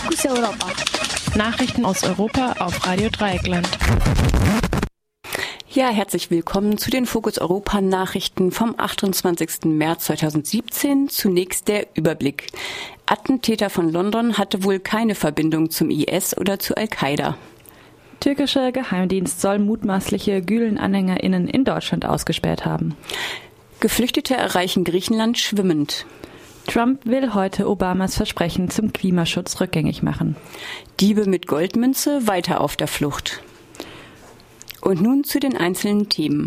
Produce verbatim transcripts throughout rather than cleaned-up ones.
Fokus Europa. Nachrichten aus Europa auf Radio Dreieckland. Ja, herzlich willkommen zu den Fokus Europa Nachrichten vom achtundzwanzigsten März zweitausendsiebzehn. Zunächst der Überblick. Attentäter von London hatte wohl keine Verbindung zum I S oder zu Al-Qaida. Türkischer Geheimdienst soll mutmaßliche Gülen-AnhängerInnen in Deutschland ausgespäht haben. Geflüchtete erreichen Griechenland schwimmend. Trump will heute Obamas Versprechen zum Klimaschutz rückgängig machen. Diebe mit Goldmünze weiter auf der Flucht. Und nun zu den einzelnen Themen.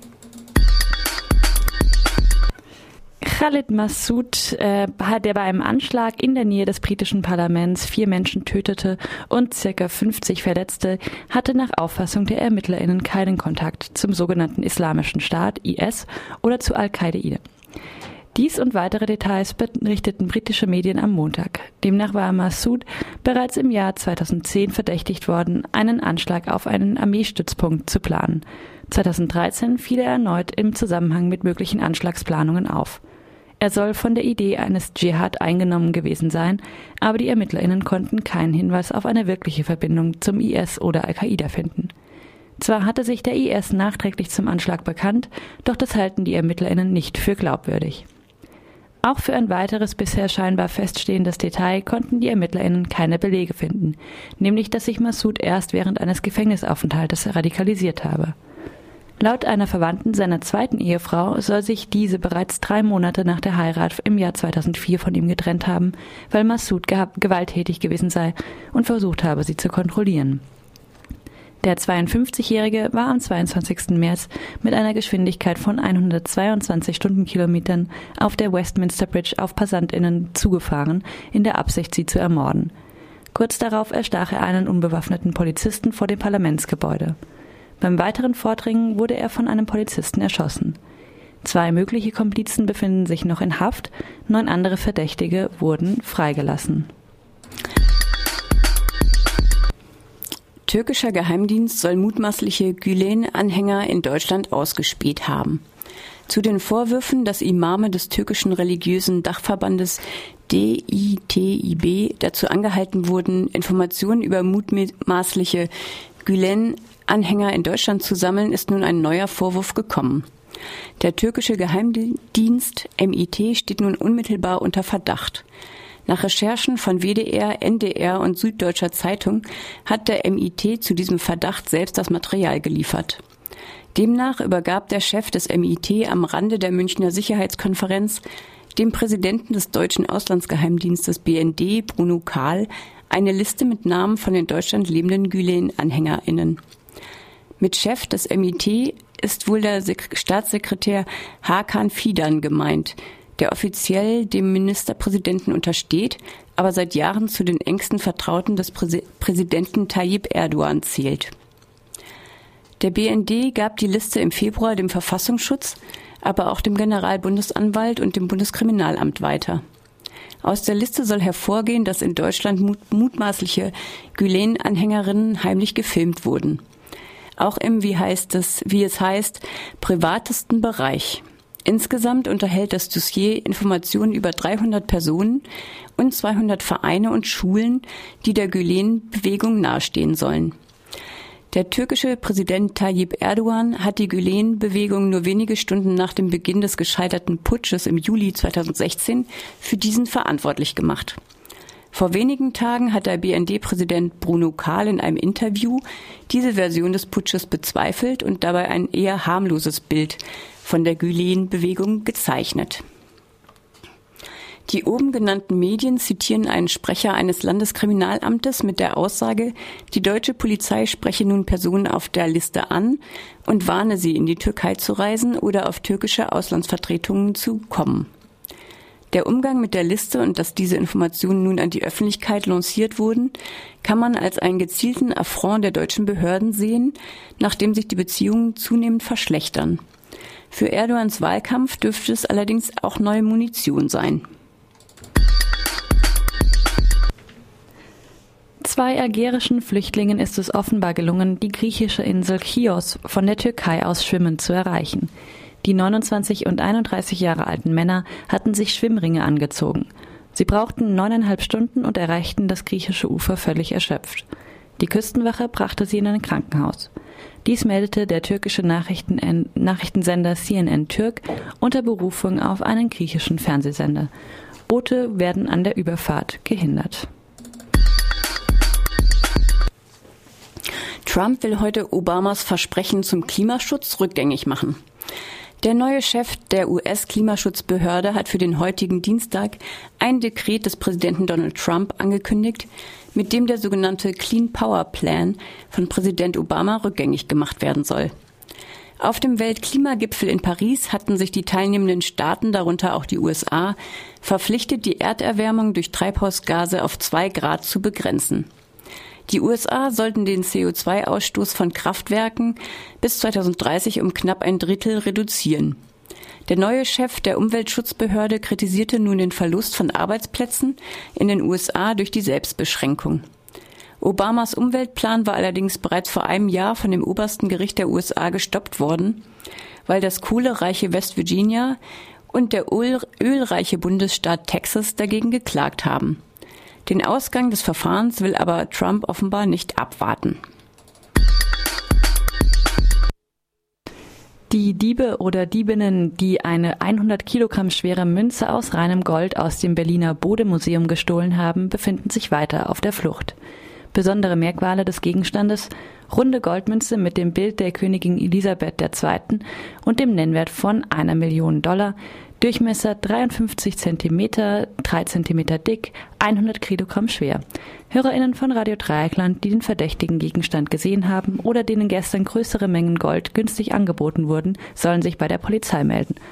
Khalid Massoud, äh, der bei einem Anschlag in der Nähe des britischen Parlaments vier Menschen tötete und circa fünfzig verletzte, hatte nach Auffassung der ErmittlerInnen keinen Kontakt zum sogenannten Islamischen Staat, I S, oder zu Al-Qaida. Dies und weitere Details berichteten britische Medien am Montag. Demnach war Massoud bereits im Jahr zweitausendzehn verdächtigt worden, einen Anschlag auf einen Armeestützpunkt zu planen. zweitausenddreizehn fiel er erneut im Zusammenhang mit möglichen Anschlagsplanungen auf. Er soll von der Idee eines Dschihad eingenommen gewesen sein, aber die ErmittlerInnen konnten keinen Hinweis auf eine wirkliche Verbindung zum I S oder Al-Qaida finden. Zwar hatte sich der I S nachträglich zum Anschlag bekannt, doch das halten die ErmittlerInnen nicht für glaubwürdig. Auch für ein weiteres bisher scheinbar feststehendes Detail konnten die ErmittlerInnen keine Belege finden, nämlich dass sich Massoud erst während eines Gefängnisaufenthaltes radikalisiert habe. Laut einer Verwandten seiner zweiten Ehefrau soll sich diese bereits drei Monate nach der Heirat im Jahr zweitausendvier von ihm getrennt haben, weil Massoud ge- gewalttätig gewesen sei und versucht habe, sie zu kontrollieren. Der zweiundfünfzigjährige war am zweiundzwanzigsten März mit einer Geschwindigkeit von hundertzweiundzwanzig Stundenkilometern auf der Westminster Bridge auf PassantInnen zugefahren, in der Absicht, sie zu ermorden. Kurz darauf erstach er einen unbewaffneten Polizisten vor dem Parlamentsgebäude. Beim weiteren Vordringen wurde er von einem Polizisten erschossen. Zwei mögliche Komplizen befinden sich noch in Haft, neun andere Verdächtige wurden freigelassen. Türkischer Geheimdienst soll mutmaßliche Gülen-Anhänger in Deutschland ausgespäht haben. Zu den Vorwürfen, dass Imame des türkischen religiösen Dachverbandes D I T I B dazu angehalten wurden, Informationen über mutmaßliche Gülen-Anhänger in Deutschland zu sammeln, ist nun ein neuer Vorwurf gekommen. Der türkische Geheimdienst M I T steht nun unmittelbar unter Verdacht. Nach Recherchen von W D R, N D R und Süddeutscher Zeitung hat der M I T zu diesem Verdacht selbst das Material geliefert. Demnach übergab der Chef des M I T am Rande der Münchner Sicherheitskonferenz dem Präsidenten des deutschen Auslandsgeheimdienstes B N D, Bruno Kahl, eine Liste mit Namen von in Deutschland lebenden Gülen-AnhängerInnen. Mit Chef des M I T ist wohl der Staatssekretär Hakan Fidan gemeint, der offiziell dem Ministerpräsidenten untersteht, aber seit Jahren zu den engsten Vertrauten des Präsi- Präsidenten Tayyip Erdogan zählt. Der B N D gab die Liste im Februar dem Verfassungsschutz, aber auch dem Generalbundesanwalt und dem Bundeskriminalamt weiter. Aus der Liste soll hervorgehen, dass in Deutschland mut- mutmaßliche Gülen-Anhängerinnen heimlich gefilmt wurden. Auch im, wie heißt es, wie es heißt, privatesten Bereich. Insgesamt unterhält das Dossier Informationen über dreihundert Personen und zweihundert Vereine und Schulen, die der Gülen-Bewegung nahestehen sollen. Der türkische Präsident Tayyip Erdogan hat die Gülen-Bewegung nur wenige Stunden nach dem Beginn des gescheiterten Putsches im Juli zweitausendsechzehn für diesen verantwortlich gemacht. Vor wenigen Tagen hat der B N D-Präsident Bruno Kahl in einem Interview diese Version des Putsches bezweifelt und dabei ein eher harmloses Bild von der Gülen-Bewegung gezeichnet. Die oben genannten Medien zitieren einen Sprecher eines Landeskriminalamtes mit der Aussage, die deutsche Polizei spreche nun Personen auf der Liste an und warne sie, in die Türkei zu reisen oder auf türkische Auslandsvertretungen zu kommen. Der Umgang mit der Liste und dass diese Informationen nun an die Öffentlichkeit lanciert wurden, kann man als einen gezielten Affront der deutschen Behörden sehen, nachdem sich die Beziehungen zunehmend verschlechtern. Für Erdogans Wahlkampf dürfte es allerdings auch neue Munition sein. Zwei algerischen Flüchtlingen ist es offenbar gelungen, die griechische Insel Chios von der Türkei aus schwimmend zu erreichen. Die neunundzwanzig und einunddreißig Jahre alten Männer hatten sich Schwimmringe angezogen. Sie brauchten neuneinhalb Stunden und erreichten das griechische Ufer völlig erschöpft. Die Küstenwache brachte sie in ein Krankenhaus. Dies meldete der türkische Nachrichten- Nachrichtensender C N N Türk unter Berufung auf einen griechischen Fernsehsender. Boote werden an der Überfahrt gehindert. Trump will heute Obamas Versprechen zum Klimaschutz rückgängig machen. Der neue Chef der U S-Klimaschutzbehörde hat für den heutigen Dienstag ein Dekret des Präsidenten Donald Trump angekündigt, mit dem der sogenannte Clean Power Plan von Präsident Obama rückgängig gemacht werden soll. Auf dem Weltklimagipfel in Paris hatten sich die teilnehmenden Staaten, darunter auch die U S A, verpflichtet, die Erderwärmung durch Treibhausgase auf zwei Grad zu begrenzen. Die U S A sollten den C O zwei Ausstoß von Kraftwerken bis zweitausenddreißig um knapp ein Drittel reduzieren. Der neue Chef der Umweltschutzbehörde kritisierte nun den Verlust von Arbeitsplätzen in den U S A durch die Selbstbeschränkung. Obamas Umweltplan war allerdings bereits vor einem Jahr von dem obersten Gericht der U S A gestoppt worden, weil das kohlereiche West Virginia und der ölreiche Bundesstaat Texas dagegen geklagt haben. Den Ausgang des Verfahrens will aber Trump offenbar nicht abwarten. Die Diebe oder Diebinnen, die eine hundert Kilogramm schwere Münze aus reinem Gold aus dem Berliner Bode-Museum gestohlen haben, befinden sich weiter auf der Flucht. Besondere Merkmale des Gegenstandes: runde Goldmünze mit dem Bild der Königin Elisabeth der Zweite und dem Nennwert von einer Million Dollar, Durchmesser dreiundfünfzig Zentimeter, drei Zentimeter dick, hundert Kilogramm schwer. HörerInnen von Radio Dreieckland, die den verdächtigen Gegenstand gesehen haben oder denen gestern größere Mengen Gold günstig angeboten wurden, sollen sich bei der Polizei melden.